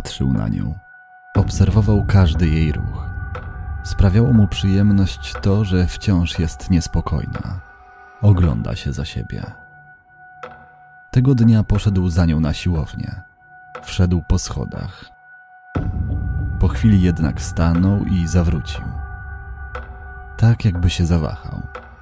Patrzył na nią. Obserwował każdy jej ruch. Sprawiało mu przyjemność to, że wciąż jest niespokojna. Ogląda się za siebie. Tego dnia poszedł za nią na siłownię. Wszedł po schodach. Po chwili jednak stanął i zawrócił. Tak jakby się zawahał.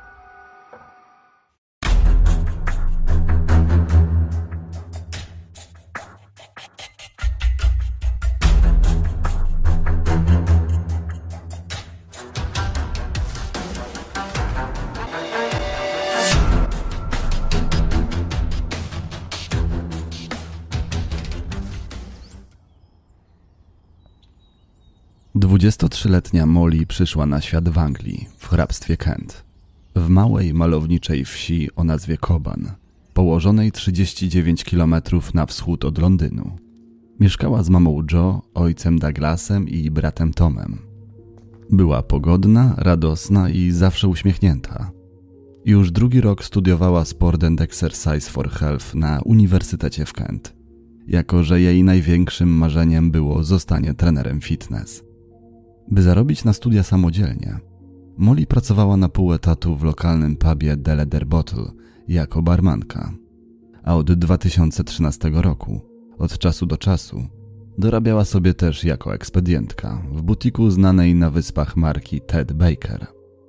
Dwudziestotrzyletnia Molly przyszła na świat w Anglii, w hrabstwie Kent, w małej, malowniczej wsi o nazwie Coban, położonej 39 km na wschód od Londynu. Mieszkała z mamą Jo, ojcem Douglasem i bratem Tomem. Była pogodna, radosna i zawsze uśmiechnięta. Już drugi rok studiowała Sport and Exercise for Health na Uniwersytecie w Kent, jako że jej największym marzeniem było zostanie trenerem fitness. By zarobić na studia samodzielnie, Molly pracowała na pół etatu w lokalnym pubie The Leather Bottle jako barmanka, a od 2013 roku, od czasu do czasu, dorabiała sobie też jako ekspedientka w butiku znanej na wyspach marki Ted Baker.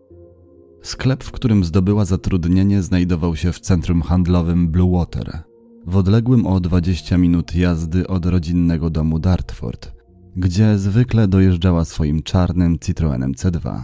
Sklep, w którym zdobyła zatrudnienie, znajdował się w centrum handlowym Blue Water, w odległym o 20 minut jazdy od rodzinnego domu Dartford, gdzie zwykle dojeżdżała swoim czarnym Citroenem C2.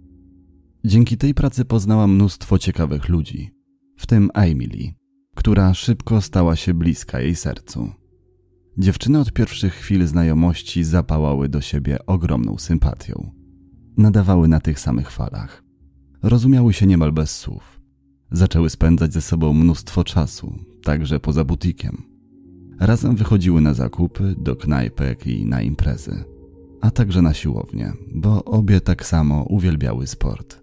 Dzięki tej pracy poznała mnóstwo ciekawych ludzi, w tym Emily, która szybko stała się bliska jej sercu. Dziewczyny od pierwszych chwil znajomości zapałały do siebie ogromną sympatią. Nadawały na tych samych falach. Rozumiały się niemal bez słów. Zaczęły spędzać ze sobą mnóstwo czasu, także poza butikiem. Razem wychodziły na zakupy, do knajpek i na imprezy, a także na siłownię, bo obie tak samo uwielbiały sport.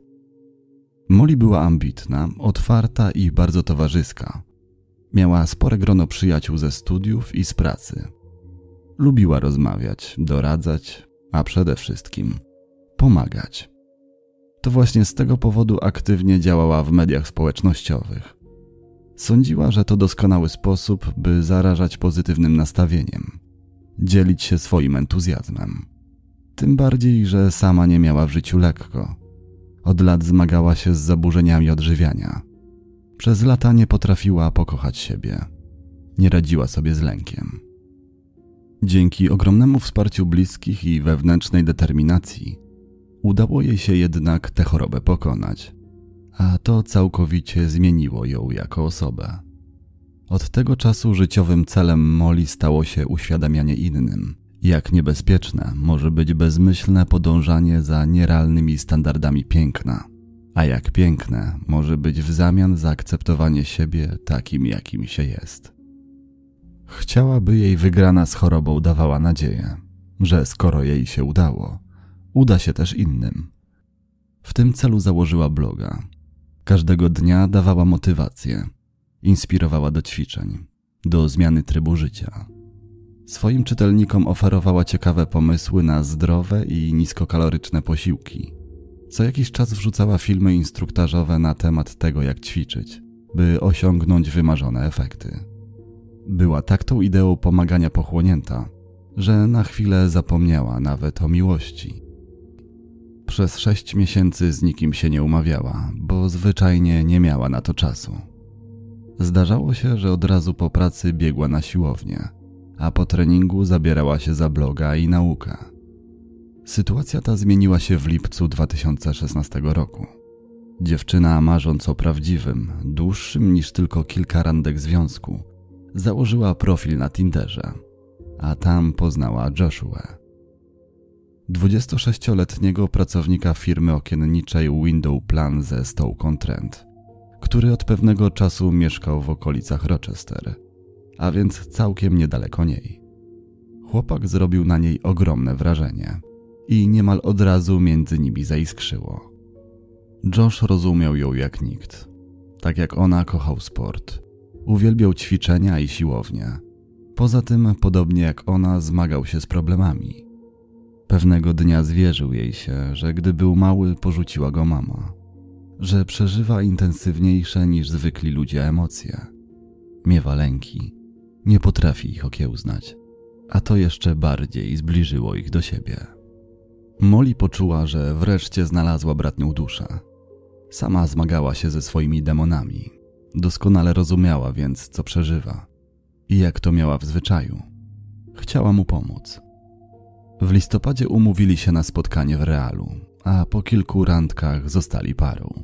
Molly była ambitna, otwarta i bardzo towarzyska. Miała spore grono przyjaciół ze studiów i z pracy. Lubiła rozmawiać, doradzać, a przede wszystkim pomagać. To właśnie z tego powodu aktywnie działała w mediach społecznościowych. Sądziła, że to doskonały sposób, by zarażać pozytywnym nastawieniem, dzielić się swoim entuzjazmem. Tym bardziej, że sama nie miała w życiu lekko. Od lat zmagała się z zaburzeniami odżywiania. Przez lata nie potrafiła pokochać siebie. Nie radziła sobie z lękiem. Dzięki ogromnemu wsparciu bliskich i wewnętrznej determinacji udało jej się jednak tę chorobę pokonać, a to całkowicie zmieniło ją jako osobę. Od tego czasu życiowym celem Molly stało się uświadamianie innym, jak niebezpieczne może być bezmyślne podążanie za nierealnymi standardami piękna, a jak piękne może być w zamian zaakceptowanie siebie takim, jakim się jest. Chciała, by jej wygrana z chorobą dawała nadzieję, że skoro jej się udało, uda się też innym. W tym celu założyła bloga. Każdego dnia dawała motywację, inspirowała do ćwiczeń, do zmiany trybu życia. Swoim czytelnikom oferowała ciekawe pomysły na zdrowe i niskokaloryczne posiłki. Co jakiś czas wrzucała filmy instruktażowe na temat tego, jak ćwiczyć, by osiągnąć wymarzone efekty. Była tak tą ideą pomagania pochłonięta, że na chwilę zapomniała nawet o miłości. Przez 6 miesięcy z nikim się nie umawiała, bo zwyczajnie nie miała na to czasu. Zdarzało się, że od razu po pracy biegła na siłownię, a po treningu zabierała się za bloga i naukę. Sytuacja ta zmieniła się w lipcu 2016 roku. Dziewczyna, marząc o prawdziwym, dłuższym niż tylko kilka randek związku, założyła profil na Tinderze, a tam poznała Joshua. 26-letniego pracownika firmy okienniczej Window Plan ze Stoke-on-Trent, który od pewnego czasu mieszkał w okolicach Rochester, a więc całkiem niedaleko niej. Chłopak zrobił na niej ogromne wrażenie i niemal od razu między nimi zaiskrzyło. Josh rozumiał ją jak nikt. Tak jak ona kochał sport. Uwielbiał ćwiczenia i siłownię. Poza tym, podobnie jak ona, zmagał się z problemami. Pewnego dnia zwierzył jej się, że gdy był mały, porzuciła go mama, że przeżywa intensywniejsze niż zwykli ludzie emocje. Miewa lęki, nie potrafi ich okiełznać, a to jeszcze bardziej zbliżyło ich do siebie. Molly poczuła, że wreszcie znalazła bratnią duszę. Sama zmagała się ze swoimi demonami. Doskonale rozumiała więc, co przeżywa i jak to miała w zwyczaju. Chciała mu pomóc. W listopadzie umówili się na spotkanie w Realu, a po kilku randkach zostali parą.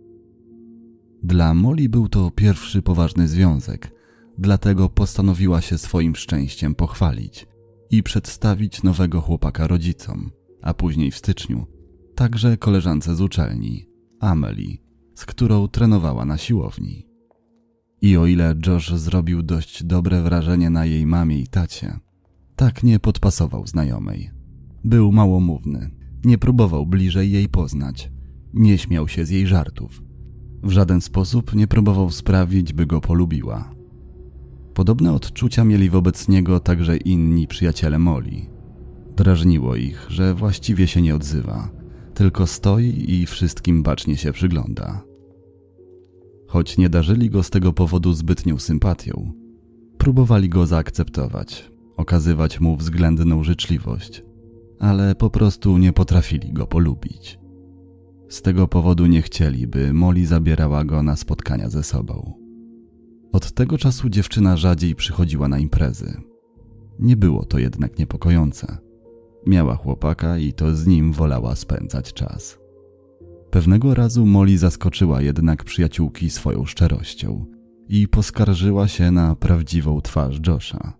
Dla Molly był to pierwszy poważny związek, dlatego postanowiła się swoim szczęściem pochwalić i przedstawić nowego chłopaka rodzicom, a później w styczniu także koleżance z uczelni, Amelie, z którą trenowała na siłowni. I o ile Josh zrobił dość dobre wrażenie na jej mamie i tacie, tak nie podpasował znajomej. Był małomówny, nie próbował bliżej jej poznać, nie śmiał się z jej żartów. W żaden sposób nie próbował sprawić, by go polubiła. Podobne odczucia mieli wobec niego także inni przyjaciele Molly. Drażniło ich, że właściwie się nie odzywa, tylko stoi i wszystkim bacznie się przygląda. Choć nie darzyli go z tego powodu zbytnią sympatią, próbowali go zaakceptować, okazywać mu względną życzliwość, ale po prostu nie potrafili go polubić. Z tego powodu nie chcieli, by Molly zabierała go na spotkania ze sobą. Od tego czasu dziewczyna rzadziej przychodziła na imprezy. Nie było to jednak niepokojące. Miała chłopaka i to z nim wolała spędzać czas. Pewnego razu Molly zaskoczyła jednak przyjaciółki swoją szczerością i poskarżyła się na prawdziwą twarz Josha.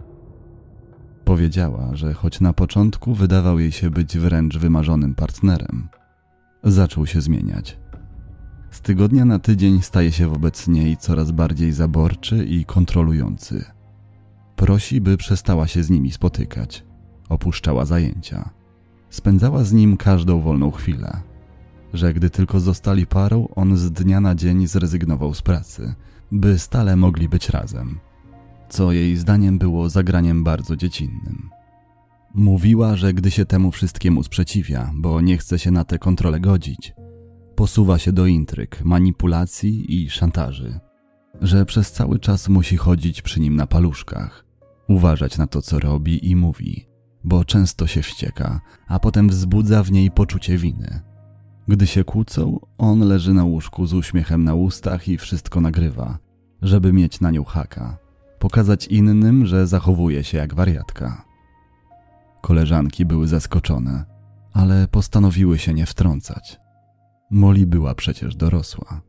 Powiedziała, że choć na początku wydawał jej się być wręcz wymarzonym partnerem, zaczął się zmieniać. Z tygodnia na tydzień staje się wobec niej coraz bardziej zaborczy i kontrolujący. Prosi, by przestała się z nimi spotykać. Opuszczała zajęcia. Spędzała z nim każdą wolną chwilę. Że gdy tylko zostali parą, on z dnia na dzień zrezygnował z pracy, by stale mogli być razem. Co jej zdaniem było zagraniem bardzo dziecinnym. Mówiła, że gdy się temu wszystkiemu sprzeciwia, bo nie chce się na tę kontrolę godzić, posuwa się do intryg, manipulacji i szantaży. Że przez cały czas musi chodzić przy nim na paluszkach, uważać na to, co robi i mówi, bo często się wścieka, a potem wzbudza w niej poczucie winy. Gdy się kłócą, on leży na łóżku z uśmiechem na ustach i wszystko nagrywa, żeby mieć na nią haka, pokazać innym, że zachowuje się jak wariatka. Koleżanki były zaskoczone, ale postanowiły się nie wtrącać. Molly była przecież dorosła.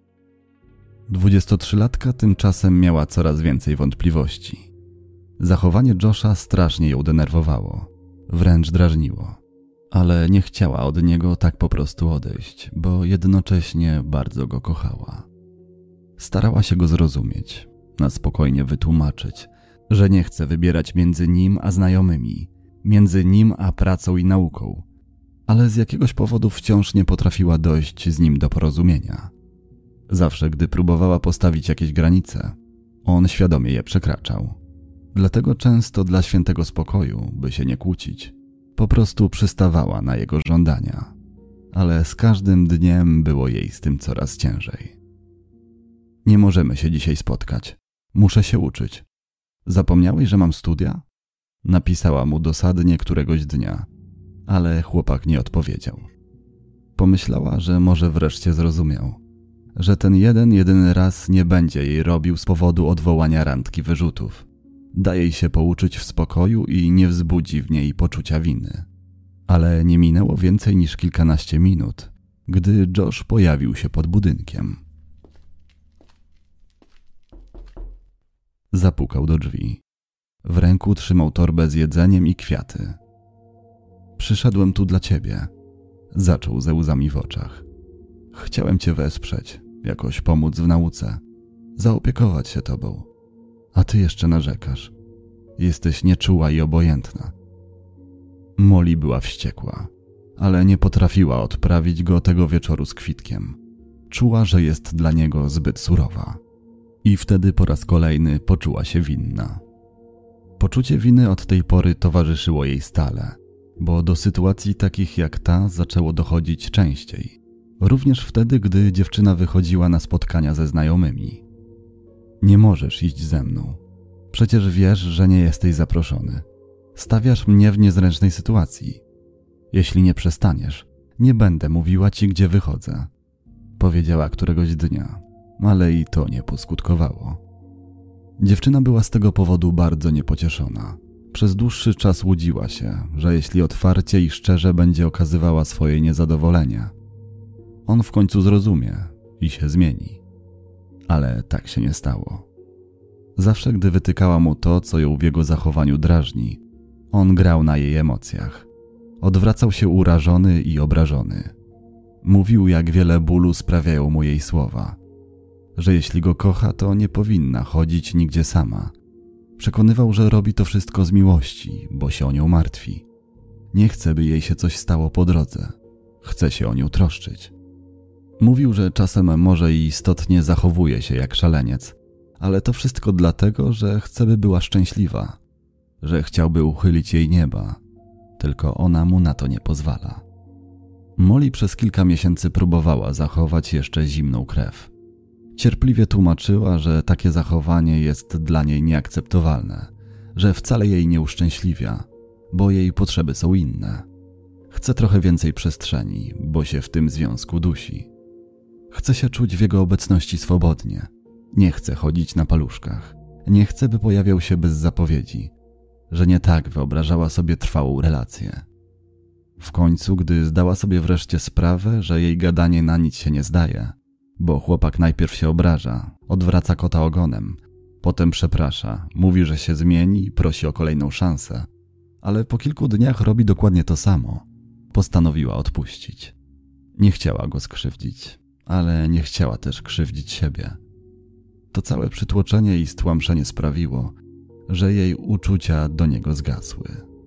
23-latka tymczasem miała coraz więcej wątpliwości. Zachowanie Josha strasznie ją denerwowało, wręcz drażniło, ale nie chciała od niego tak po prostu odejść, bo jednocześnie bardzo go kochała. Starała się go zrozumieć, na spokojnie wytłumaczyć, że nie chce wybierać między nim a znajomymi, między nim a pracą i nauką, ale z jakiegoś powodu wciąż nie potrafiła dojść z nim do porozumienia. Zawsze, gdy próbowała postawić jakieś granice, on świadomie je przekraczał. Dlatego często dla świętego spokoju, by się nie kłócić, po prostu przystawała na jego żądania. Ale z każdym dniem było jej z tym coraz ciężej. Nie możemy się dzisiaj spotkać. Muszę się uczyć. Zapomniałeś, że mam studia? Napisała mu dosadnie któregoś dnia, ale chłopak nie odpowiedział. Pomyślała, że może wreszcie zrozumiał, że ten jedyny raz nie będzie jej robił z powodu odwołania randki wyrzutów. Da jej się pouczyć w spokoju i nie wzbudzi w niej poczucia winy. Ale nie minęło więcej niż kilkanaście minut, gdy Josh pojawił się pod budynkiem. Zapukał do drzwi. W ręku trzymał torbę z jedzeniem i kwiaty. Przyszedłem tu dla ciebie, zaczął ze łzami w oczach. Chciałem cię wesprzeć, jakoś pomóc w nauce, zaopiekować się tobą. A ty jeszcze narzekasz. Jesteś nieczuła i obojętna. Molly była wściekła, ale nie potrafiła odprawić go tego wieczoru z kwitkiem. Czuła, że jest dla niego zbyt surowa. I wtedy po raz kolejny poczuła się winna. Poczucie winy od tej pory towarzyszyło jej stale, bo do sytuacji takich jak ta zaczęło dochodzić częściej. Również wtedy, gdy dziewczyna wychodziła na spotkania ze znajomymi. Nie możesz iść ze mną. Przecież wiesz, że nie jesteś zaproszony. Stawiasz mnie w niezręcznej sytuacji. Jeśli nie przestaniesz, nie będę mówiła ci, gdzie wychodzę. Powiedziała któregoś dnia, ale i to nie poskutkowało. Dziewczyna była z tego powodu bardzo niepocieszona. Przez dłuższy czas łudziła się, że jeśli otwarcie i szczerze będzie okazywała swoje niezadowolenie, on w końcu zrozumie i się zmieni. Ale tak się nie stało. Zawsze gdy wytykała mu to, co ją w jego zachowaniu drażni, on grał na jej emocjach. Odwracał się urażony i obrażony. Mówił, jak wiele bólu sprawiają mu jej słowa. Że jeśli go kocha, to nie powinna chodzić nigdzie sama. Przekonywał, że robi to wszystko z miłości, bo się o nią martwi. Nie chce, by jej się coś stało po drodze. Chce się o nią troszczyć. Mówił, że czasem może i istotnie zachowuje się jak szaleniec, ale to wszystko dlatego, że chce, by była szczęśliwa. Że chciałby uchylić jej nieba, tylko ona mu na to nie pozwala. Molly przez kilka miesięcy próbowała zachować jeszcze zimną krew. Cierpliwie tłumaczyła, że takie zachowanie jest dla niej nieakceptowalne, że wcale jej nie uszczęśliwia, bo jej potrzeby są inne. Chce trochę więcej przestrzeni, bo się w tym związku dusi. Chce się czuć w jego obecności swobodnie. Nie chce chodzić na paluszkach. Nie chce, by pojawiał się bez zapowiedzi. Że nie tak wyobrażała sobie trwałą relację. W końcu, gdy zdała sobie wreszcie sprawę, że jej gadanie na nic się nie zdaje, bo chłopak najpierw się obraża, odwraca kota ogonem, potem przeprasza, mówi, że się zmieni i prosi o kolejną szansę, ale po kilku dniach robi dokładnie to samo, postanowiła odpuścić. Nie chciała go skrzywdzić, ale nie chciała też krzywdzić siebie. To całe przytłoczenie i stłamszenie sprawiło, że jej uczucia do niego zgasły.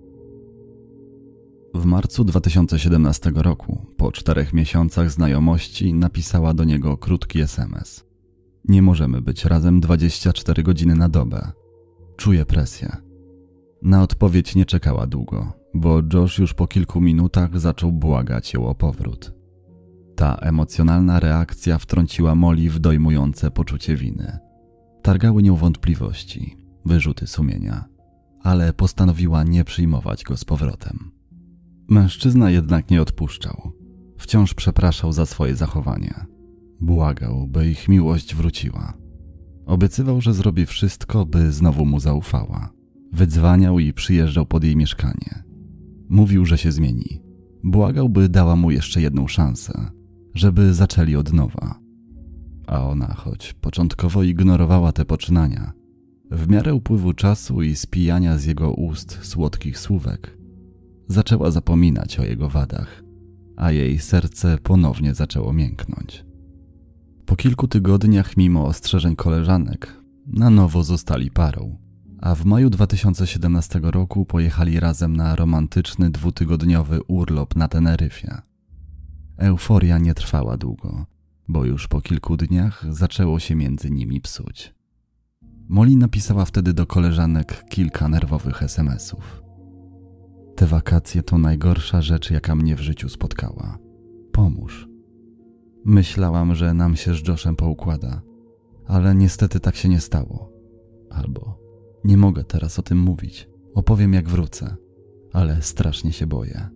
W marcu 2017 roku, po 4 miesiącach znajomości, napisała do niego krótki SMS. Nie możemy być razem 24 godziny na dobę. Czuję presję. Na odpowiedź nie czekała długo, bo Josh już po kilku minutach zaczął błagać ją o powrót. Ta emocjonalna reakcja wtrąciła Molly w dojmujące poczucie winy. Targały nią wątpliwości, wyrzuty sumienia, ale postanowiła nie przyjmować go z powrotem. Mężczyzna jednak nie odpuszczał. Wciąż przepraszał za swoje zachowanie. Błagał, by ich miłość wróciła. Obiecywał, że zrobi wszystko, by znowu mu zaufała. Wydzwaniał i przyjeżdżał pod jej mieszkanie. Mówił, że się zmieni. Błagał, by dała mu jeszcze jedną szansę, żeby zaczęli od nowa. A ona, choć początkowo ignorowała te poczynania, w miarę upływu czasu i spijania z jego ust słodkich słówek, zaczęła zapominać o jego wadach, a jej serce ponownie zaczęło mięknąć. Po kilku tygodniach, mimo ostrzeżeń koleżanek, na nowo zostali parą, a w maju 2017 roku pojechali razem na romantyczny 2-tygodniowy urlop na Teneryfie. Euforia nie trwała długo, bo już po kilku dniach zaczęło się między nimi psuć. Molly napisała wtedy do koleżanek kilka nerwowych SMS-ów. Te wakacje to najgorsza rzecz, jaka mnie w życiu spotkała. Pomóż. Myślałam, że nam się z Joshem poukłada, ale niestety tak się nie stało. Albo nie mogę teraz o tym mówić. Opowiem, jak wrócę, ale strasznie się boję.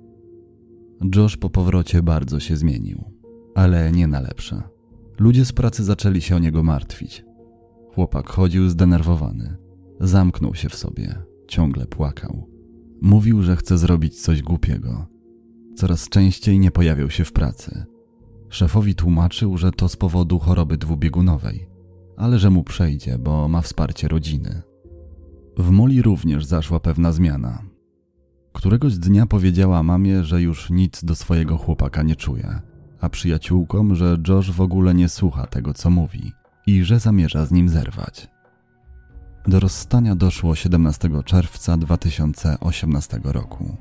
Josh po powrocie bardzo się zmienił, ale nie na lepsze. Ludzie z pracy zaczęli się o niego martwić. Chłopak chodził zdenerwowany. Zamknął się w sobie, ciągle płakał. Mówił, że chce zrobić coś głupiego. Coraz częściej nie pojawiał się w pracy. Szefowi tłumaczył, że to z powodu choroby dwubiegunowej, ale że mu przejdzie, bo ma wsparcie rodziny. W Molly również zaszła pewna zmiana. Któregoś dnia powiedziała mamie, że już nic do swojego chłopaka nie czuje, a przyjaciółkom, że Josh w ogóle nie słucha tego, co mówi i że zamierza z nim zerwać. Do rozstania doszło 17 czerwca 2018 roku.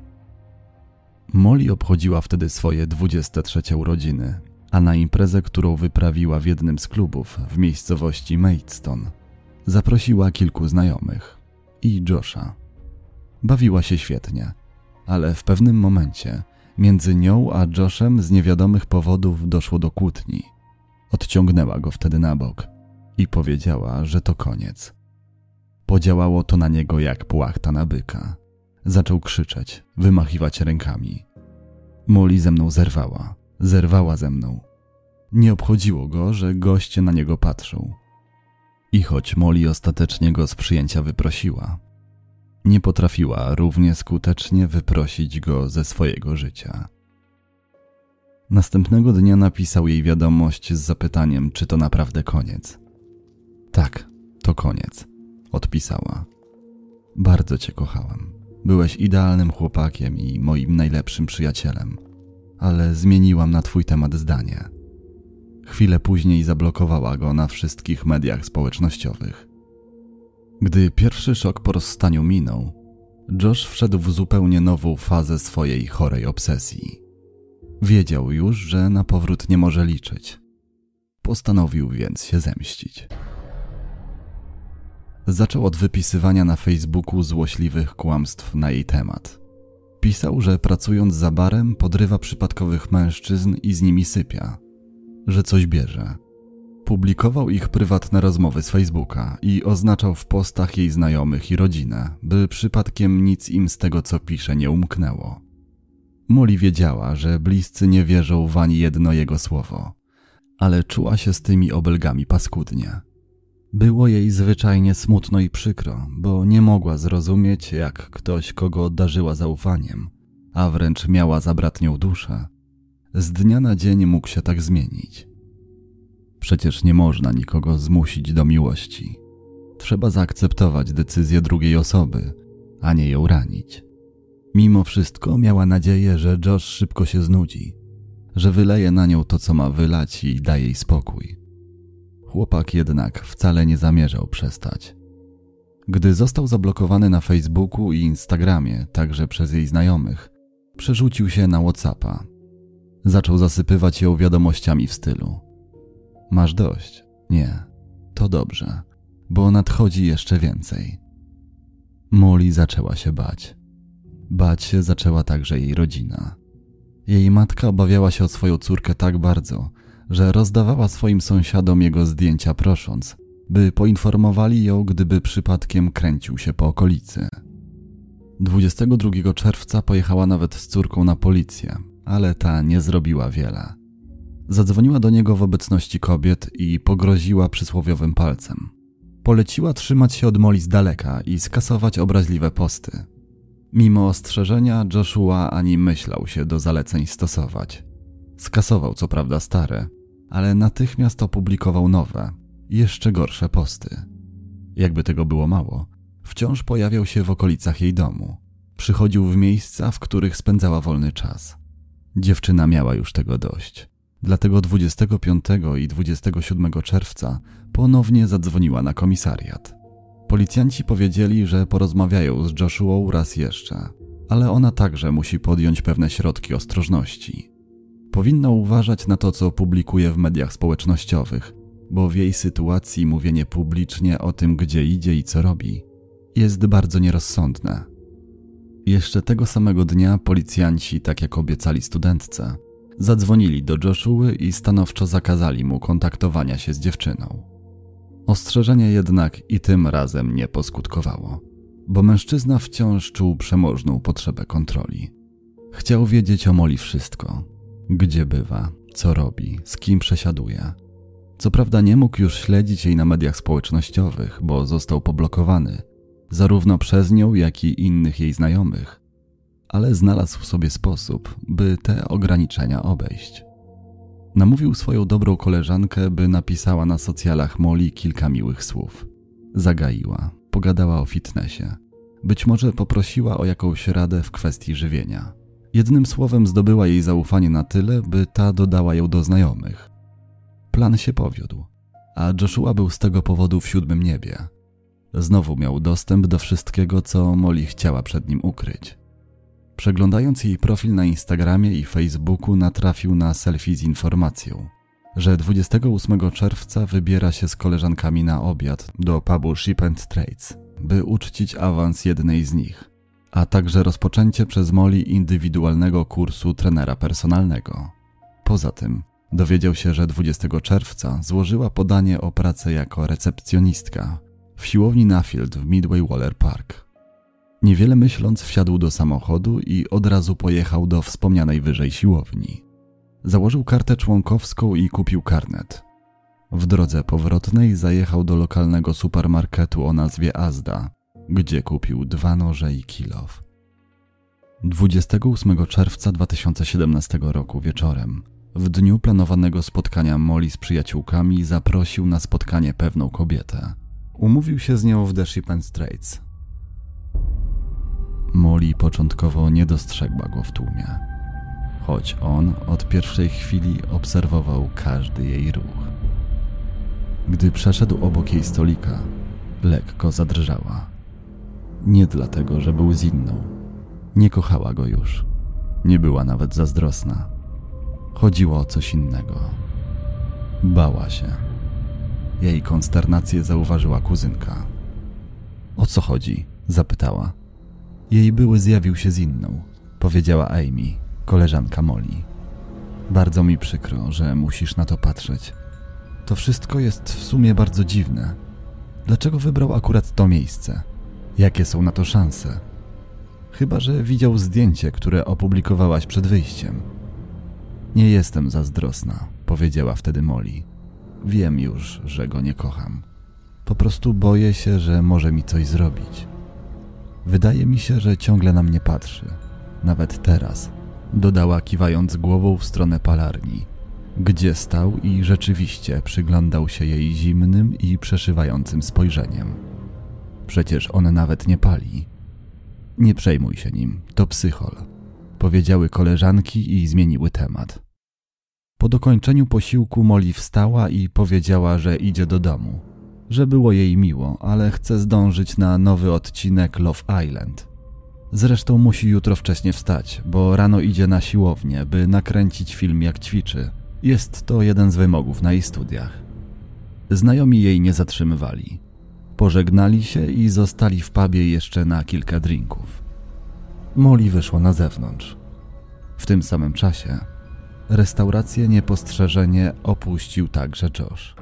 Molly obchodziła wtedy swoje 23 urodziny, a na imprezę, którą wyprawiła w jednym z klubów w miejscowości Maidstone, zaprosiła kilku znajomych. i Josha. Bawiła się świetnie, ale w pewnym momencie między nią a Joshem z niewiadomych powodów doszło do kłótni. Odciągnęła go wtedy na bok i powiedziała, że to koniec. Podziałało to na niego jak płachta na byka. Zaczął krzyczeć, wymachiwać rękami. Molly ze mną zerwała. Zerwała ze mną. Nie obchodziło go, że goście na niego patrzą. I choć Molly ostatecznie go z przyjęcia wyprosiła, nie potrafiła równie skutecznie wyprosić go ze swojego życia. Następnego dnia napisał jej wiadomość z zapytaniem, czy to naprawdę koniec. Tak, to koniec, odpisała. Bardzo cię kochałam. Byłeś idealnym chłopakiem i moim najlepszym przyjacielem, ale zmieniłam na twój temat zdanie. Chwilę później zablokowała go na wszystkich mediach społecznościowych. Gdy pierwszy szok po rozstaniu minął, Josh wszedł w zupełnie nową fazę swojej chorej obsesji. Wiedział już, że na powrót nie może liczyć. Postanowił więc się zemścić. Zaczął od wypisywania na Facebooku złośliwych kłamstw na jej temat. Pisał, że pracując za barem podrywa przypadkowych mężczyzn i z nimi sypia, że coś bierze. Publikował ich prywatne rozmowy z Facebooka i oznaczał w postach jej znajomych i rodzinę, by przypadkiem nic im z tego, co pisze, nie umknęło. Molly wiedziała, że bliscy nie wierzą w ani jedno jego słowo, ale czuła się z tymi obelgami paskudnie. Było jej zwyczajnie smutno i przykro, bo nie mogła zrozumieć, jak ktoś, kogo darzyła zaufaniem, a wręcz miała za bratnią duszę, z dnia na dzień mógł się tak zmienić. Przecież nie można nikogo zmusić do miłości. Trzeba zaakceptować decyzję drugiej osoby, a nie ją ranić. Mimo wszystko miała nadzieję, że Josh szybko się znudzi, że wyleje na nią to, co ma wylać i da jej spokój. Chłopak jednak wcale nie zamierzał przestać. Gdy został zablokowany na Facebooku i Instagramie, także przez jej znajomych, przerzucił się na WhatsAppa. Zaczął zasypywać ją wiadomościami w stylu: masz dość? Nie. To dobrze, bo nadchodzi jeszcze więcej. Molly zaczęła się bać. Bać się zaczęła także jej rodzina. Jej matka obawiała się o swoją córkę tak bardzo, że rozdawała swoim sąsiadom jego zdjęcia, prosząc, by poinformowali ją, gdyby przypadkiem kręcił się po okolicy. 22 czerwca pojechała nawet z córką na policję, ale ta nie zrobiła wiele. Zadzwoniła do niego w obecności kobiet i pogroziła przysłowiowym palcem. Poleciła trzymać się od Molly z daleka i skasować obraźliwe posty. Mimo ostrzeżenia Joshua ani myślał się do zaleceń stosować. Skasował co prawda stare, ale natychmiast opublikował nowe, jeszcze gorsze posty. Jakby tego było mało, wciąż pojawiał się w okolicach jej domu. Przychodził w miejsca, w których spędzała wolny czas. Dziewczyna miała już tego dość. Dlatego 25 i 27 czerwca ponownie zadzwoniła na komisariat. Policjanci powiedzieli, że porozmawiają z Joshuą raz jeszcze, ale ona także musi podjąć pewne środki ostrożności. Powinna uważać na to, co publikuje w mediach społecznościowych, bo w jej sytuacji mówienie publicznie o tym, gdzie idzie i co robi, jest bardzo nierozsądne. Jeszcze tego samego dnia policjanci, tak jak obiecali studentce, zadzwonili do Joshua i stanowczo zakazali mu kontaktowania się z dziewczyną. Ostrzeżenie jednak i tym razem nie poskutkowało, bo mężczyzna wciąż czuł przemożną potrzebę kontroli. Chciał wiedzieć o Molly wszystko. Gdzie bywa, co robi, z kim przesiaduje. Co prawda nie mógł już śledzić jej na mediach społecznościowych, bo został poblokowany, zarówno przez nią, jak i innych jej znajomych, ale znalazł sobie sposób, by te ograniczenia obejść. Namówił swoją dobrą koleżankę, by napisała na socjalach Molly kilka miłych słów. Zagaiła, pogadała o fitnessie. Być może poprosiła o jakąś radę w kwestii żywienia. Jednym słowem zdobyła jej zaufanie na tyle, by ta dodała ją do znajomych. Plan się powiódł, a Joshua był z tego powodu w 7. niebie. Znowu miał dostęp do wszystkiego, co Molly chciała przed nim ukryć. Przeglądając jej profil na Instagramie i Facebooku, natrafił na selfie z informacją, że 28 czerwca wybiera się z koleżankami na obiad do pubu Ship & Trades. by uczcić awans jednej z nich, a także rozpoczęcie przez Molly indywidualnego kursu trenera personalnego. Poza tym dowiedział się, że 20 czerwca złożyła podanie o pracę jako recepcjonistka w siłowni Nuffield w Midway Waller Park. Niewiele myśląc wsiadł do samochodu i od razu pojechał do wspomnianej wyżej siłowni. Założył kartę członkowską i kupił karnet. W drodze powrotnej zajechał do lokalnego supermarketu o nazwie Asda, gdzie kupił 2 noże i kilof. 28 czerwca 2017 roku wieczorem, w dniu planowanego spotkania Molly z przyjaciółkami, zaprosił na spotkanie pewną kobietę. Umówił się z nią w The Ship and Straits. Molly początkowo nie dostrzegła go w tłumie, choć on od pierwszej chwili obserwował każdy jej ruch. Gdy przeszedł obok jej stolika, lekko zadrżała. Nie dlatego, że był z inną. Nie kochała go już. Nie była nawet zazdrosna. Chodziło o coś innego. Bała się. Jej konsternację zauważyła kuzynka. O co chodzi? Zapytała. Jej były zjawił się z inną, powiedziała Amy, koleżanka Molly. Bardzo mi przykro, że musisz na to patrzeć. To wszystko jest w sumie bardzo dziwne. Dlaczego wybrał akurat to miejsce? Jakie są na to szanse? Chyba że widział zdjęcie, które opublikowałaś przed wyjściem. Nie jestem zazdrosna, powiedziała wtedy Molly. Wiem już, że go nie kocham. Po prostu boję się, że może mi coś zrobić. Wydaje mi się, że ciągle na mnie patrzy. Nawet teraz, dodała kiwając głową w stronę palarni, gdzie stał i rzeczywiście przyglądał się jej zimnym i przeszywającym spojrzeniem. Przecież on nawet nie pali. Nie przejmuj się nim, to psychol, powiedziały koleżanki i zmieniły temat. Po dokończeniu posiłku Molly wstała i powiedziała, że idzie do domu, że było jej miło, ale chce zdążyć na nowy odcinek Love Island. Zresztą musi jutro wcześnie wstać, bo rano idzie na siłownię, by nakręcić film jak ćwiczy. Jest to jeden z wymogów na jej studiach. Znajomi jej nie zatrzymywali. Pożegnali się i zostali w pubie jeszcze na kilka drinków. Molly wyszła na zewnątrz. W tym samym czasie restaurację niepostrzeżenie opuścił także Josh.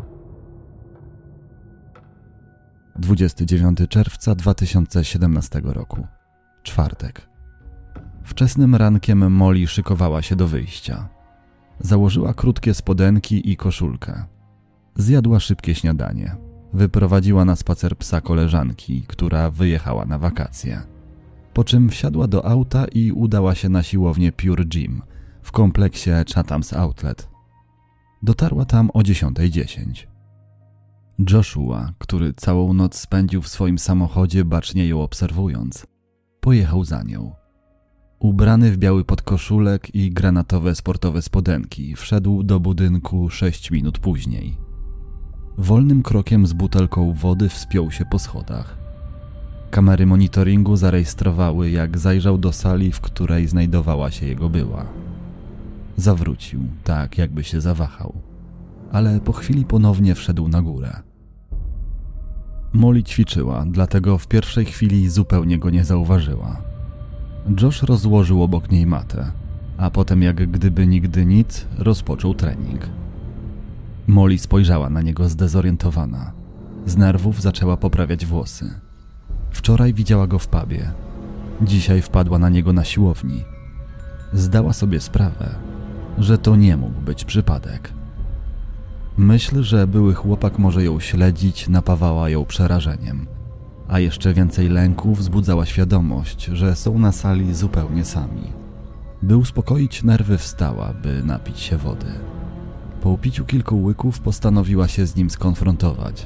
29 czerwca 2017 roku. Czwartek. Wczesnym rankiem Molly szykowała się do wyjścia. Założyła krótkie spodenki i koszulkę. Zjadła szybkie śniadanie. Wyprowadziła na spacer psa koleżanki, która wyjechała na wakacje. Po czym wsiadła do auta i udała się na siłownię Pure Gym w kompleksie Chatham's Outlet. Dotarła tam o 10:10. Joshua, który całą noc spędził w swoim samochodzie, bacznie ją obserwując, pojechał za nią. Ubrany w biały podkoszulek i granatowe sportowe spodenki, wszedł do budynku 6 minut później. Wolnym krokiem z butelką wody wspiął się po schodach. Kamery monitoringu zarejestrowały, jak zajrzał do sali, w której znajdowała się jego była. Zawrócił, tak jakby się zawahał, ale po chwili ponownie wszedł na górę. Molly ćwiczyła, dlatego w pierwszej chwili zupełnie go nie zauważyła. Josh rozłożył obok niej matę, a potem, jak gdyby nigdy nic, rozpoczął trening. Molly spojrzała na niego zdezorientowana. Z nerwów zaczęła poprawiać włosy. Wczoraj widziała go w pubie. Dzisiaj wpadła na niego na siłowni. Zdała sobie sprawę, że to nie mógł być przypadek. Myśl, że były chłopak może ją śledzić, napawała ją przerażeniem. A jeszcze więcej lęku wzbudzała świadomość, że są na sali zupełnie sami. By uspokoić nerwy, wstała, by napić się wody. Po upiciu kilku łyków postanowiła się z nim skonfrontować.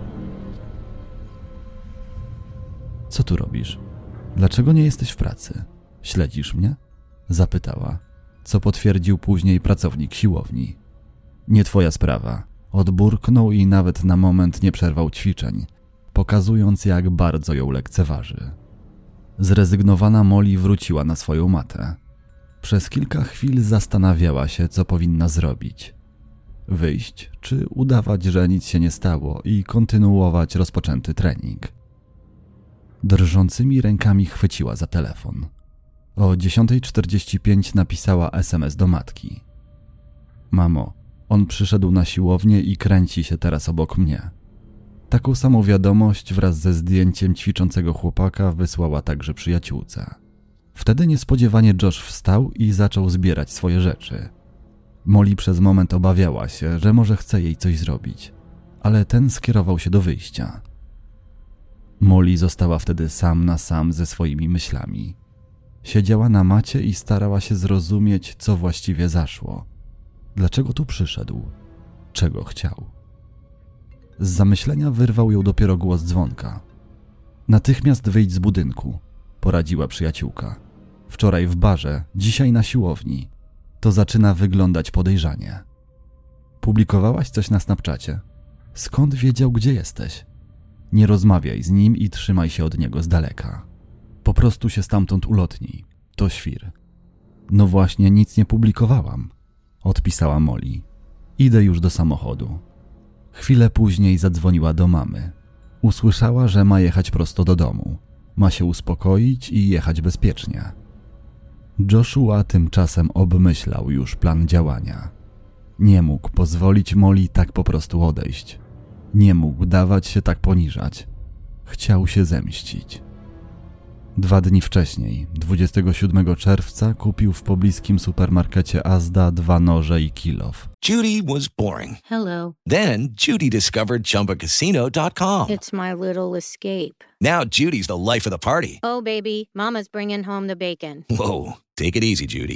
Co tu robisz? Dlaczego nie jesteś w pracy? Śledzisz mnie? Zapytała, co potwierdził później pracownik siłowni. Nie twoja sprawa. Odburknął i nawet na moment nie przerwał ćwiczeń, pokazując, jak bardzo ją lekceważy. Zrezygnowana Molly wróciła na swoją matę. Przez kilka chwil zastanawiała się, co powinna zrobić. Wyjść, czy udawać, że nic się nie stało i kontynuować rozpoczęty trening. Drżącymi rękami chwyciła za telefon. O 10:45 napisała SMS do matki. Mamo, on przyszedł na siłownię i kręci się teraz obok mnie. Taką samą wiadomość wraz ze zdjęciem ćwiczącego chłopaka wysłała także przyjaciółce. Wtedy niespodziewanie Josh wstał i zaczął zbierać swoje rzeczy. Molly przez moment obawiała się, że może chce jej coś zrobić, ale ten skierował się do wyjścia. Molly została wtedy sam na sam ze swoimi myślami. Siedziała na macie i starała się zrozumieć, co właściwie zaszło. Dlaczego tu przyszedł? Czego chciał? Z zamyślenia wyrwał ją dopiero głos dzwonka. Natychmiast wyjdź z budynku, poradziła przyjaciółka. Wczoraj w barze, dzisiaj na siłowni. To zaczyna wyglądać podejrzanie. Publikowałaś coś na Snapchacie? Skąd wiedział, gdzie jesteś? Nie rozmawiaj z nim i trzymaj się od niego z daleka. Po prostu się stamtąd ulotnij. To świr. No właśnie, nic nie publikowałam, odpisała Molly. Idę już do samochodu. Chwilę później zadzwoniła do mamy. Usłyszała, że ma jechać prosto do domu. Ma się uspokoić i jechać bezpiecznie. Joshua tymczasem obmyślał już plan działania. Nie mógł pozwolić Molly tak po prostu odejść. Nie mógł dawać się tak poniżać. Chciał się zemścić. 2 dni wcześniej, 27 czerwca, kupił w pobliskim supermarkecie Asda 2 noże i kilof. Judy was boring. Hello. Then Judy discovered ChumbaCasino.com. It's my little escape. Now Judy's the life of the party. Oh, baby, mama's bringing home the bacon. Whoa, take it easy, Judy.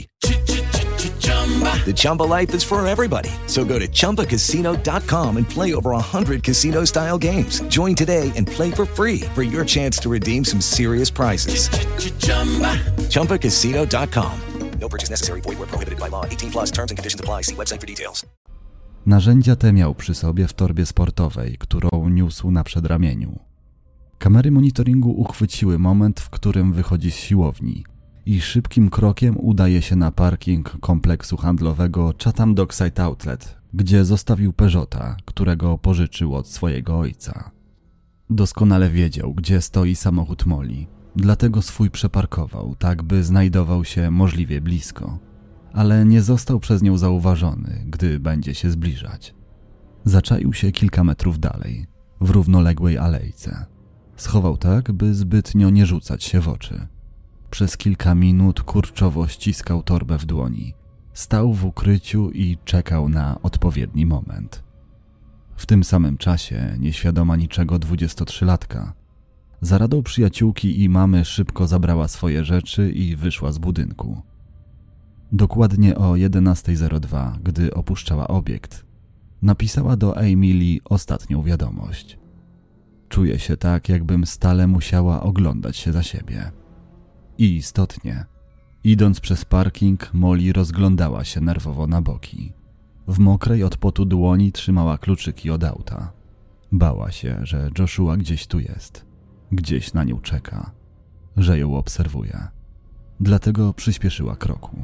The Chumba life is for everybody. So go to ChumbaCasino.com and play over 100 casino-style games. Join today and play for free for your chance to redeem some serious prizes. ChumbaCasino.com. No purchase necessary. Void where prohibited by law. 18+ terms and conditions apply. See website for details. Narzędzia te miał przy sobie w torbie sportowej, którą niósł na przedramieniu. Kamery monitoringu uchwyciły moment, w którym wychodzi z siłowni i szybkim krokiem udaje się na parking kompleksu handlowego Chatham Dockside Outlet, gdzie zostawił Peugeota, którego pożyczył od swojego ojca. Doskonale wiedział, gdzie stoi samochód Molly, dlatego swój przeparkował, tak by znajdował się możliwie blisko, ale nie został przez nią zauważony, gdy będzie się zbliżać. Zaczaił się kilka metrów dalej, w równoległej alejce. Schował tak, by zbytnio nie rzucać się w oczy. Przez kilka minut kurczowo ściskał torbę w dłoni. Stał w ukryciu i czekał na odpowiedni moment. W tym samym czasie, nieświadoma niczego 23-latka, za radą przyjaciółki i mamy szybko zabrała swoje rzeczy i wyszła z budynku. Dokładnie o 11:02, gdy opuszczała obiekt, napisała do Emily ostatnią wiadomość. Czuję się tak, jakbym stale musiała oglądać się za siebie. I istotnie, idąc przez parking, Molly rozglądała się nerwowo na boki. W mokrej od potu dłoni trzymała kluczyki od auta. Bała się, że Joshua gdzieś tu jest, gdzieś na nią czeka, że ją obserwuje. Dlatego przyspieszyła kroku.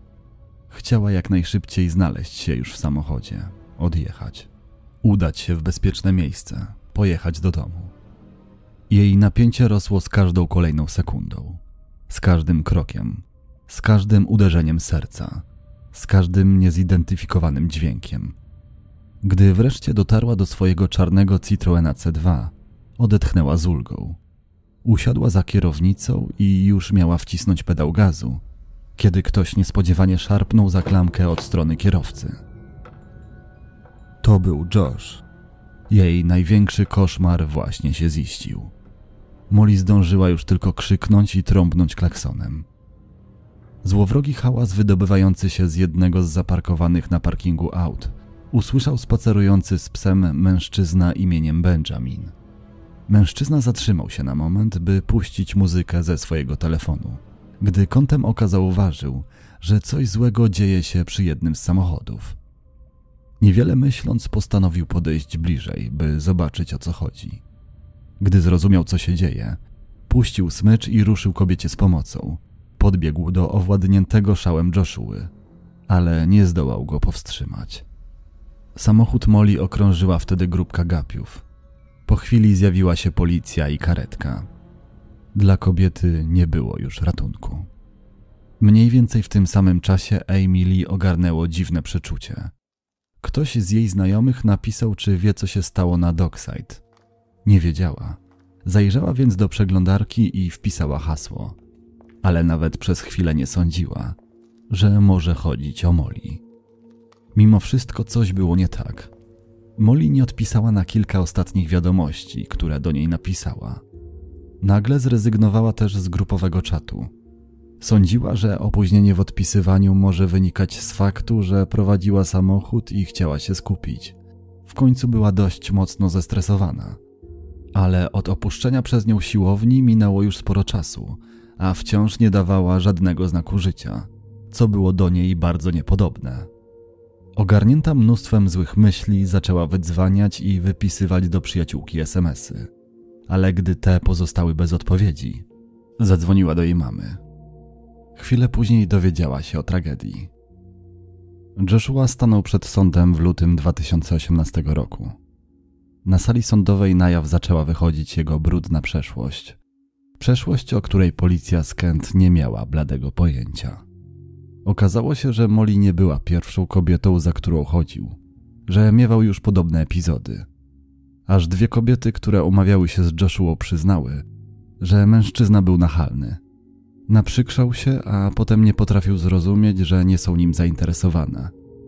Chciała jak najszybciej znaleźć się już w samochodzie, odjechać, udać się w bezpieczne miejsce, pojechać do domu. Jej napięcie rosło z każdą kolejną sekundą, z każdym krokiem, z każdym uderzeniem serca, z każdym niezidentyfikowanym dźwiękiem. Gdy wreszcie dotarła do swojego czarnego Citroena C2, odetchnęła z ulgą. Usiadła za kierownicą i już miała wcisnąć pedał gazu, kiedy ktoś niespodziewanie szarpnął za klamkę od strony kierowcy. To był Josh. Jej największy koszmar właśnie się ziścił. Molly zdążyła już tylko krzyknąć i trąbnąć klaksonem. Złowrogi hałas wydobywający się z jednego z zaparkowanych na parkingu aut usłyszał spacerujący z psem mężczyzna imieniem Benjamin. Mężczyzna zatrzymał się na moment, by puścić muzykę ze swojego telefonu, gdy kątem oka zauważył, że coś złego dzieje się przy jednym z samochodów. Niewiele myśląc, postanowił podejść bliżej, by zobaczyć, o co chodzi. Gdy zrozumiał, co się dzieje, puścił smycz i ruszył kobiecie z pomocą. Podbiegł do owładniętego szałem Joshuły, ale nie zdołał go powstrzymać. Samochód Molly okrążyła wtedy grupka gapiów. Po chwili zjawiła się policja i karetka. Dla kobiety nie było już ratunku. Mniej więcej w tym samym czasie Amy Lee ogarnęło dziwne przeczucie. Ktoś z jej znajomych napisał, czy wie, co się stało na Dockside. Nie wiedziała. Zajrzała więc do przeglądarki i wpisała hasło. Ale nawet przez chwilę nie sądziła, że może chodzić o Molly. Mimo wszystko coś było nie tak. Molly nie odpisała na kilka ostatnich wiadomości, które do niej napisała. Nagle zrezygnowała też z grupowego czatu. Sądziła, że opóźnienie w odpisywaniu może wynikać z faktu, że prowadziła samochód i chciała się skupić. W końcu była dość mocno zestresowana. Ale od opuszczenia przez nią siłowni minęło już sporo czasu, a wciąż nie dawała żadnego znaku życia, co było do niej bardzo niepodobne. Ogarnięta mnóstwem złych myśli zaczęła wydzwaniać i wypisywać do przyjaciółki SMS-y. Ale gdy te pozostały bez odpowiedzi, zadzwoniła do jej mamy. Chwilę później dowiedziała się o tragedii. Joshua stanął przed sądem w lutym 2018 roku. Na sali sądowej na jaw zaczęła wychodzić jego brudna przeszłość. Przeszłość, o której policja z Kent nie miała bladego pojęcia. Okazało się, że Molly nie była pierwszą kobietą, za którą chodził, że miewał już podobne epizody. Aż 2 kobiety, które umawiały się z Joshua, przyznały, że mężczyzna był nachalny. Naprzykrzał się, a potem nie potrafił zrozumieć, że nie są nim zainteresowane.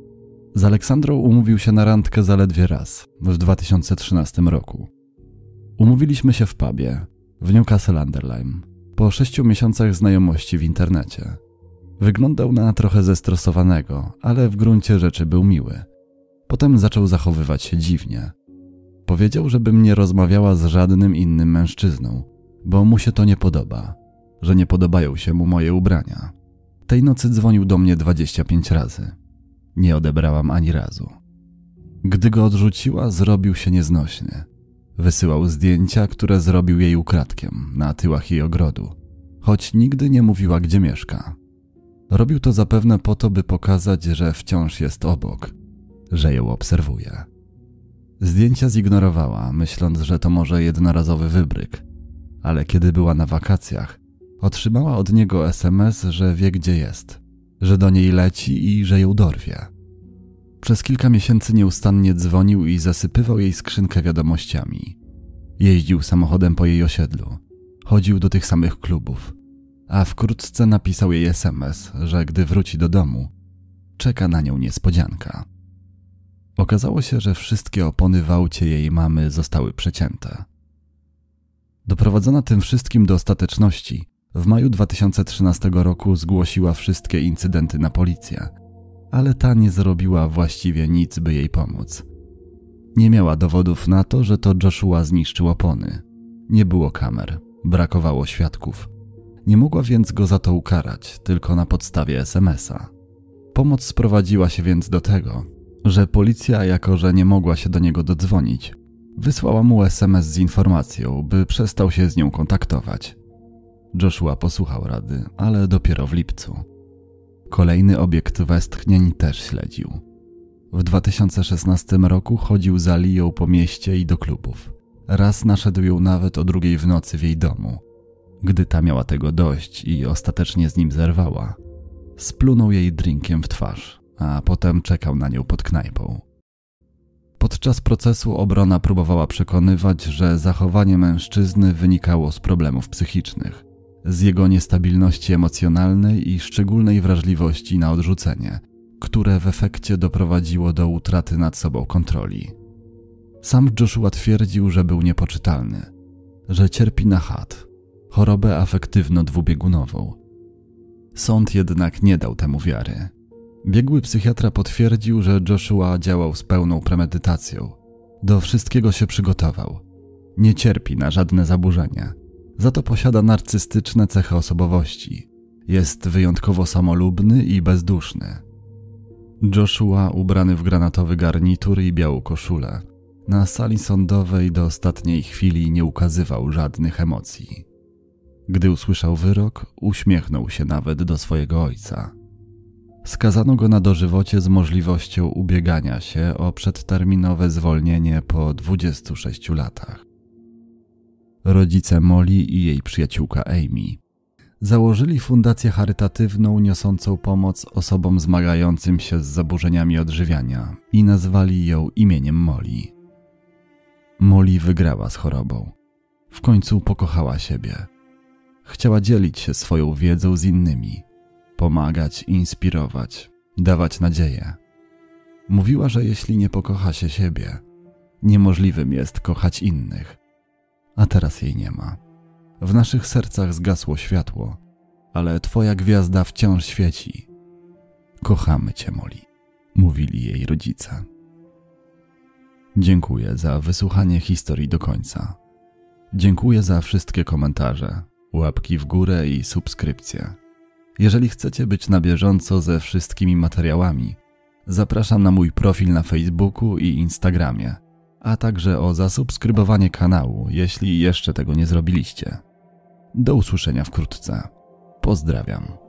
Z Aleksandrą umówił się na randkę zaledwie raz, w 2013 roku. Umówiliśmy się w pubie, w Newcastle-under-Lyme, po 6 miesiącach znajomości w internecie. Wyglądał na trochę zestresowanego, ale w gruncie rzeczy był miły. Potem zaczął zachowywać się dziwnie. Powiedział, żebym nie rozmawiała z żadnym innym mężczyzną, bo mu się to nie podoba, że nie podobają się mu moje ubrania. Tej nocy dzwonił do mnie 25 razy. Nie odebrałam ani razu. Gdy go odrzuciła, zrobił się nieznośny. Wysyłał zdjęcia, które zrobił jej ukradkiem na tyłach jej ogrodu, choć nigdy nie mówiła, gdzie mieszka. Robił to zapewne po to, by pokazać, że wciąż jest obok, że ją obserwuje. Zdjęcia zignorowała, myśląc, że to może jednorazowy wybryk, ale kiedy była na wakacjach, otrzymała od niego SMS, że wie, gdzie jest, że do niej leci i że ją dorwie. Przez kilka miesięcy nieustannie dzwonił i zasypywał jej skrzynkę wiadomościami. Jeździł samochodem po jej osiedlu, chodził do tych samych klubów, a wkrótce napisał jej SMS, że gdy wróci do domu, czeka na nią niespodzianka. Okazało się, że wszystkie opony w aucie jej mamy zostały przecięte. Doprowadzona tym wszystkim do ostateczności, w maju 2013 roku zgłosiła wszystkie incydenty na policję, ale ta nie zrobiła właściwie nic, by jej pomóc. Nie miała dowodów na to, że to Joshua zniszczył opony. Nie było kamer, brakowało świadków. Nie mogła więc go za to ukarać, tylko na podstawie SMS-a. Pomoc sprowadziła się więc do tego, że policja, jako że nie mogła się do niego dodzwonić, wysłała mu SMS z informacją, by przestał się z nią kontaktować. Joshua posłuchał rady, ale dopiero w lipcu. Kolejny obiekt westchnień też śledził. W 2016 roku chodził za Lią po mieście i do klubów. Raz naszedł ją nawet o 2 w nocy w jej domu. Gdy ta miała tego dość i ostatecznie z nim zerwała, splunął jej drinkiem w twarz, a potem czekał na nią pod knajpą. Podczas procesu obrona próbowała przekonywać, że zachowanie mężczyzny wynikało z problemów psychicznych, z jego niestabilności emocjonalnej i szczególnej wrażliwości na odrzucenie, które w efekcie doprowadziło do utraty nad sobą kontroli. Sam Joshua twierdził, że był niepoczytalny, że cierpi na HAD, chorobę afektywno-dwubiegunową. Sąd jednak nie dał temu wiary. Biegły psychiatra potwierdził, że Joshua działał z pełną premedytacją. Do wszystkiego się przygotował. Nie cierpi na żadne zaburzenia. Za to posiada narcystyczne cechy osobowości. Jest wyjątkowo samolubny i bezduszny. Joshua, ubrany w granatowy garnitur i białą koszulę, na sali sądowej do ostatniej chwili nie ukazywał żadnych emocji. Gdy usłyszał wyrok, uśmiechnął się nawet do swojego ojca. Skazano go na dożywocie z możliwością ubiegania się o przedterminowe zwolnienie po 26 latach. Rodzice Molly i jej przyjaciółka Amy założyli fundację charytatywną niosącą pomoc osobom zmagającym się z zaburzeniami odżywiania i nazwali ją imieniem Molly. Molly wygrała z chorobą. W końcu pokochała siebie. Chciała dzielić się swoją wiedzą z innymi, pomagać, inspirować, dawać nadzieję. Mówiła, że jeśli nie pokocha się siebie, niemożliwym jest kochać innych. A teraz jej nie ma. W naszych sercach zgasło światło, ale twoja gwiazda wciąż świeci. Kochamy cię, Molly, mówili jej rodzice. Dziękuję za wysłuchanie historii do końca. Dziękuję za wszystkie komentarze, łapki w górę i subskrypcje. Jeżeli chcecie być na bieżąco ze wszystkimi materiałami, zapraszam na mój profil na Facebooku i Instagramie, a także o zasubskrybowanie kanału, jeśli jeszcze tego nie zrobiliście. Do usłyszenia wkrótce. Pozdrawiam.